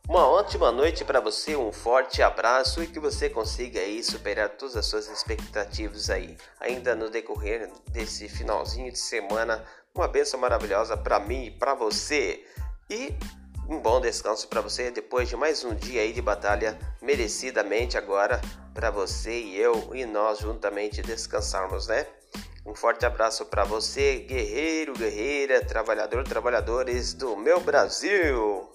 Uma ótima noite para você, um forte abraço e que você consiga aí superar todas as suas expectativas aí. Ainda no decorrer desse finalzinho de semana, uma bênção maravilhosa para mim e para você. E um bom descanso para você depois de mais um dia aí de batalha, merecidamente agora para você e eu e nós juntamente descansarmos, né? Um forte abraço para você, guerreiro, guerreira, trabalhador, trabalhadores do meu Brasil.